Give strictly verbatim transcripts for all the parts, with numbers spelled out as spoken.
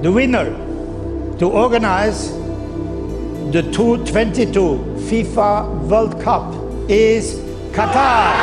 The winner to organize the twenty twenty-two FIFA World Cup is Qatar.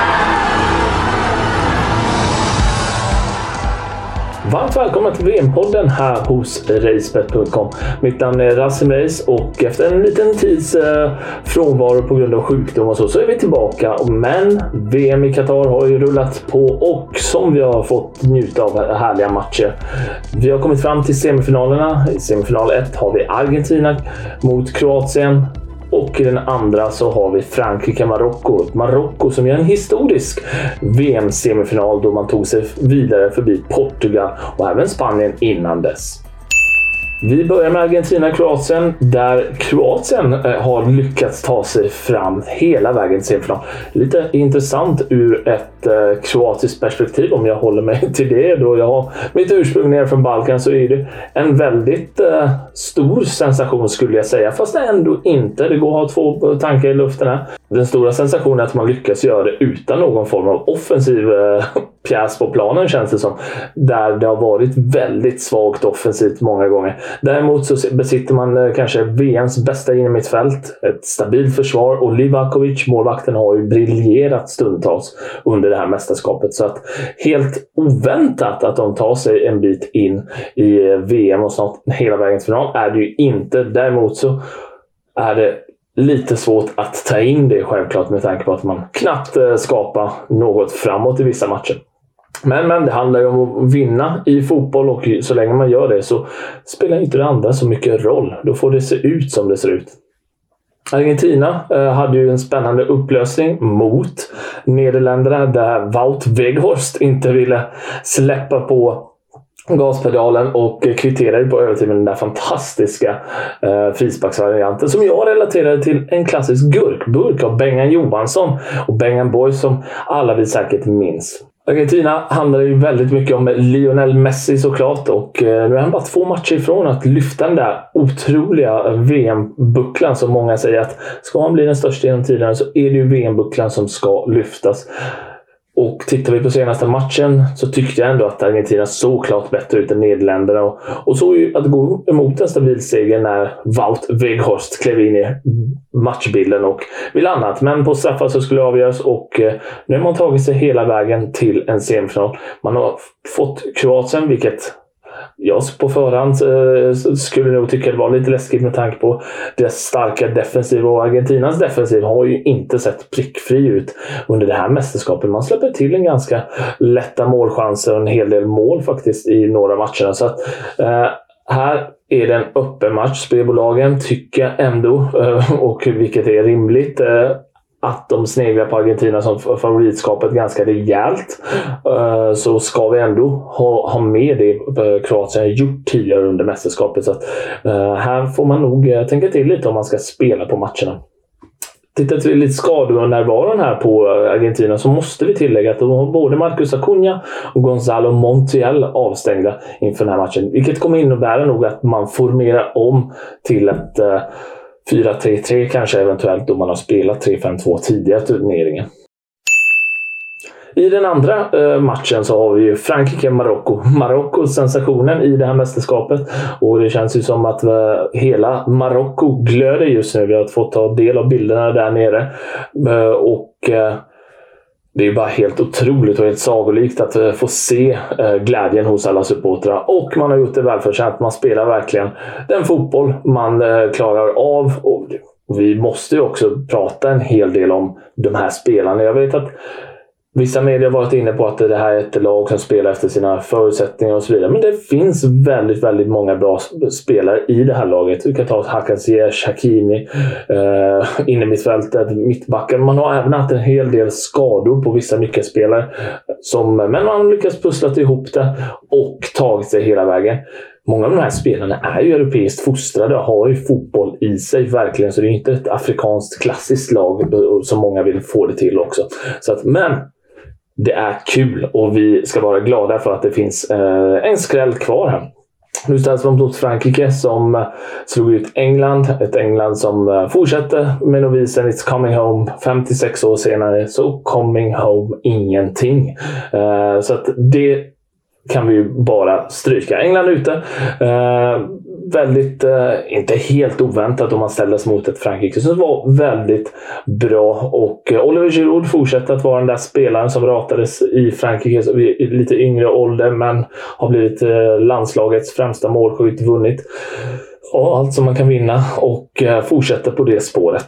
Varmt välkommen till V M-podden här hos racebet punkt com. Mitt namn är Rasim Reis och efter en liten tids eh, frånvaro på grund av sjukdom och så, så är vi tillbaka. Men V M i Qatar har ju rullat på och som vi har fått njuta av härliga matcher. Vi har kommit fram till semifinalerna. I semifinal ett har vi Argentina mot Kroatien. Och i den andra så har vi Frankrike-Marocko. Marocko som gör en historisk V M-semifinal då man tog sig vidare förbi Portugal och även Spanien innan dess. Vi börjar med Argentina-Kroatien där Kroatien har lyckats ta sig fram hela vägen till semifinal. Lite intressant ur ett eh, kroatiskt perspektiv om jag håller mig till det. Då jag har mitt ursprung ner från Balkan så är det en väldigt eh, stor sensation skulle jag säga. Fast ändå inte. Det går att ha två tankar i luften här. Den stora sensationen är att man lyckas göra det utan någon form av offensiv eh, pjäs på planen känns det som. Där det har varit väldigt svagt offensivt många gånger. Däremot så besitter man kanske V M:s bästa innermittfält, ett stabilt försvar och Livakovic, målvakten, har ju briljerat stundtals under det här mästerskapet. Så att helt oväntat att de tar sig en bit in i V M och snart hela vägen till final är det ju inte. Däremot så är det lite svårt att ta in det självklart med tanke på att man knappt skapar något framåt i vissa matcher. Men, men det handlar ju om att vinna i fotboll och så länge man gör det så spelar inte det andra så mycket roll. Då får det se ut som det ser ut. Argentina eh, hade ju en spännande upplösning mot Nederländerna där Wout Weghorst inte ville släppa på gaspedalen och kvitterade på övertid med den där fantastiska eh, frisparksvarianten som jag relaterade till en klassisk gurkburk av Bengan Johansson och Bengan Boy som alla vi säkert minns. Argentina handlar ju väldigt mycket om Lionel Messi såklart och eh, nu är han bara två matcher ifrån att lyfta den där otroliga V M-bucklan som många säger att ska han bli den största genom tiden så är det ju V M-bucklan som ska lyftas. Och tittar vi på senaste matchen så tyckte jag ändå att Argentina såg klart bättre ut än Nederländerna. Och, och så ju att gå emot en stabil seger när Wout Weghorst klev in i matchbilden och vill annat. Men på straffar så skulle det avgöras och eh, nu har man tagit sig hela vägen till en semifinal. Man har fått Kroatien, vilket jag på förhand eh, skulle nog tycka det var lite läskigt med tanke på deras starka defensiv, och Argentinas defensiv har ju inte sett prickfri ut under det här mästerskapet. Man släpper till en ganska lätta målchanser och en hel del mål faktiskt i några matcherna. Så att eh, här är det en öppen match. Spelbolagen tycker ändå, eh, och vilket är rimligt, eh, att de sneglar på Argentina som favoritskapet ganska rejält. Uh, så ska vi ändå ha, ha med det uh, Kroatien har gjort tidigare under mästerskapet. Så att, uh, här får man nog uh, tänka till lite om man ska spela på matcherna. Tittar vi lite skador och närvaron här på Argentina så måste vi tillägga att de har både Marcus Acuna och Gonzalo Montiel avstängda inför den här matchen. Vilket kommer innebära nog att man formerar om till ett uh, fyra tre tre kanske eventuellt då man har spelat tre fem två tidigare turneringen. I den andra eh, matchen så har vi ju Frankrike-Marocko. Marocko sensationen i det här mästerskapet och det känns ju som att eh, hela Marocko glöder just nu. Vi har fått ta del av bilderna där nere eh, och eh, det är bara helt otroligt och helt sagolikt att uh, få se uh, glädjen hos alla supportrar. Och man har gjort det välförtjänt. Man spelar verkligen den fotboll man uh, klarar av. Och, och vi måste ju också prata en hel del om de här spelarna. Jag vet att vissa medier har varit inne på att det här är ett lag som spelar efter sina förutsättningar och så vidare. Men det finns väldigt, väldigt många bra spelare i det här laget. Vi kan ta Hakan Ziyech, Hakimi, eh, inne i mittfältet, mittbacken. Man har även haft en hel del skador på vissa nyckelspelare. Som, men man har lyckats pussla ihop det och tagit sig hela vägen. Många av de här spelarna är ju europeiskt fostrade och har ju fotboll i sig verkligen. Så det är inte ett afrikanskt klassiskt lag som många vill få det till också. Så att, men det är kul och vi ska vara glada för att det finns eh, en skräll kvar här. Nu ställs de mot Frankrike som slog ut England. Ett England som fortsätter med novisen It's coming home. femtiosex år senare så coming home ingenting. Uh, så att det kan vi ju bara stryka. England ute. Eh, väldigt, eh, inte helt oväntat om man ställdes mot ett Frankrike som var väldigt bra. Och eh, Oliver Giroud fortsätter att vara den där spelaren som ratades i Frankrike i lite yngre ålder, men har blivit eh, landslagets främsta målskytt, vunnit och allt som man kan vinna och eh, fortsätter på det spåret.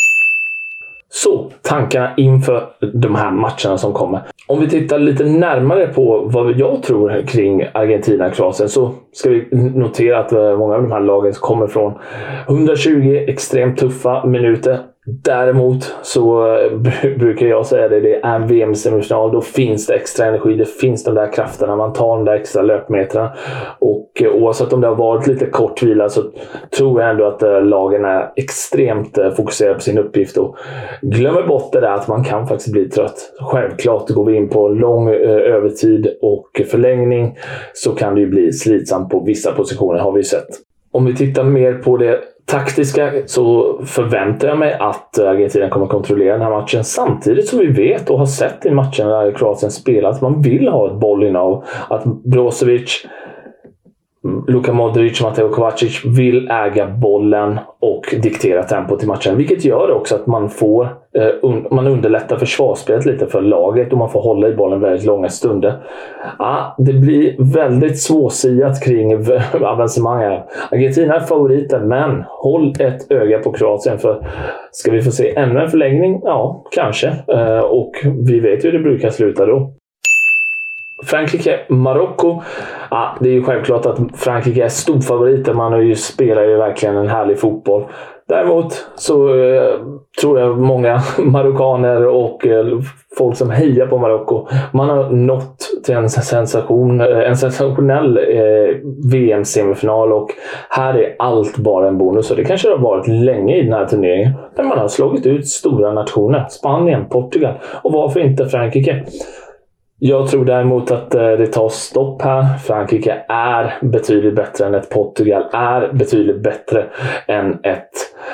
Så, tankarna inför de här matcherna som kommer. Om vi tittar lite närmare på vad jag tror kring Argentina och Kroatien, så ska vi notera att många av de här lagen kommer från hundratjugo extremt tuffa minuter. Däremot så brukar jag säga det, det är en V M-semifinal, då finns det extra energi, det finns de där krafterna, man tar de där extra löpmetrarna. Och oavsett om det har varit lite kort vila så tror jag ändå att lagen är extremt fokuserade på sin uppgift och glömmer bort det där att man kan faktiskt bli trött. Självklart går vi in på lång övertid och förlängning så kan det ju bli slitsamt på vissa positioner, har vi sett. Om vi tittar mer på det taktiska så förväntar jag mig att Argentina kommer kontrollera den här matchen, samtidigt som vi vet och har sett i matchen där Kroatien spelat att man vill ha ett bollinnehav, att Brozovic, Luka Modric, Mateo Kovacic vill äga bollen och diktera tempot i matchen, vilket gör också att man får eh, un- man underlättar försvarsspelet lite för laget och man får hålla i bollen väldigt långa stunder. Ah, det blir väldigt svårsiat kring avancemang här. Argentina är favoriten, men håll ett öga på Kroatien, för ska vi få se ännu en förlängning? Ja, kanske. Eh, och vi vet ju hur det brukar sluta då. Frankrike, Marocko. Ja, det är ju självklart att Frankrike är storfavoriter. Man ju spelar ju verkligen en härlig fotboll. Däremot så eh, tror jag många marockaner och eh, folk som hejar på Marocko, man har nått till en sensation, en sensationell eh, V M-semifinal, och här är allt bara en bonus. Och det kanske har varit länge i den här turneringen, där man har slagit ut stora nationer. Spanien, Portugal och varför inte Frankrike? Jag tror däremot att det tar stopp här. Frankrike är betydligt bättre än ett Portugal, är betydligt bättre än ett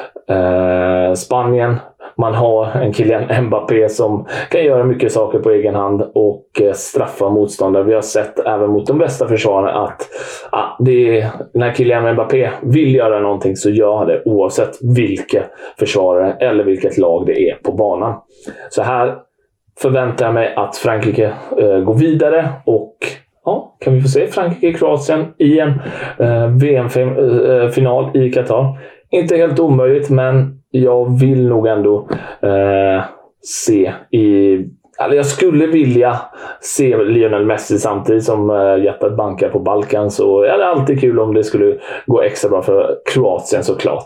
eh, Spanien. Man har en Kylian Mbappé som kan göra mycket saker på egen hand och straffa motståndare. Vi har sett även mot de bästa försvararna att ah, det är, när Kylian Mbappé vill göra någonting så gör han det oavsett vilka försvarare eller vilket lag det är på banan. Så här förväntar jag mig att Frankrike eh, går vidare, och ja, kan vi få se Frankrike-Kroatien i en eh, V M-final i Qatar. Inte helt omöjligt, men jag vill nog ändå eh, se i... Alltså jag skulle vilja se Lionel Messi samtidigt som eh, hjärtat bankar på Balkan, så ja, det är alltid kul om det skulle gå extra bra för Kroatien såklart.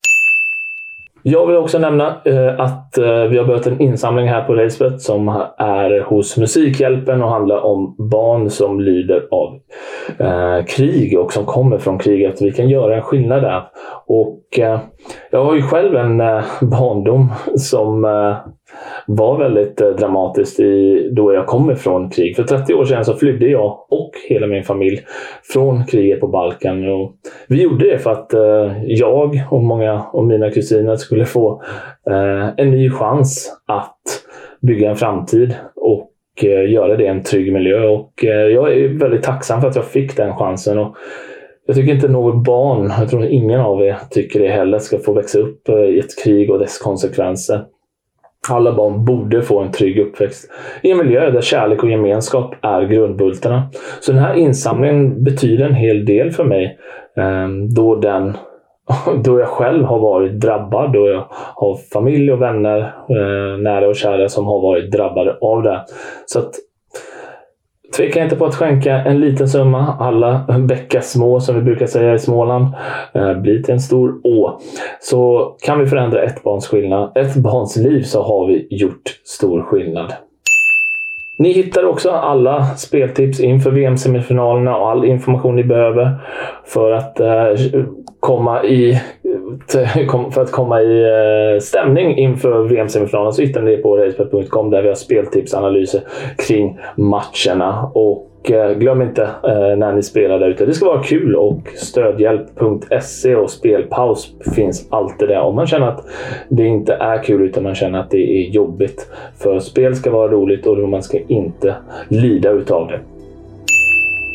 Jag vill också nämna eh, att eh, vi har börjat en insamling här på Racebet som är hos Musikhjälpen och handlar om barn som lider av eh, krig och som kommer från krig, att vi kan göra en skillnad där. Och eh, jag har ju själv en eh, barndom som eh, var väldigt eh, dramatiskt i, då jag kommer från krig. För trettio år sedan så flydde jag och hela min familj från kriget på Balkan. Och vi gjorde det för att eh, jag och många av mina kusiner skulle få eh, en ny chans att bygga en framtid och eh, göra det i en trygg miljö. Och eh, jag är väldigt tacksam för att jag fick den chansen. Och jag tycker inte något barn, jag tror ingen av er tycker det heller, ska få växa upp i ett krig och dess konsekvenser. Alla barn borde få en trygg uppväxt i en miljö där kärlek och gemenskap är grundbultarna. Så den här insamlingen betyder en hel del för mig, då, den, då jag själv har varit drabbad, då jag har familj och vänner, nära och kära som har varit drabbade av det. Så att tveka inte på att skänka en liten summa. Alla bäckar små, som vi brukar säga i Småland, blir till en stor å. Så kan vi förändra ett barns skillnad, ett barns liv, så har vi gjort stor skillnad. Ni hittar också alla speltips inför V M-semifinalerna och all information ni behöver för att eh, komma i för att komma i stämning inför V M-semifinalerna. Så hittar ni det på racebet punkt com där vi har speltips och analyser kring matcherna. Och glöm inte när ni spelar där ute, det ska vara kul, och stödhjälp punkt se och spelpaus finns alltid där om man känner att det inte är kul utan man känner att det är jobbigt. För spel ska vara roligt och man ska inte lida utav det.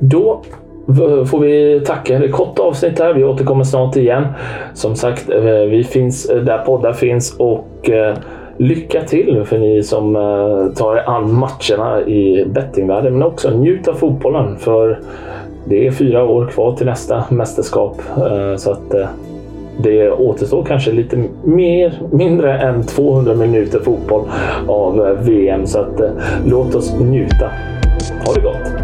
Då får vi tacka det korta avsnitt här. Vi återkommer snart igen. Som sagt, vi finns där poddar finns och lycka till för ni som tar an matcherna i bettingvärlden, men också njut av fotbollen, för det är fyra år kvar till nästa mästerskap, så att det återstår kanske lite mer, mindre än tvåhundra minuter fotboll av V M, så att låt oss njuta. Ha det gott!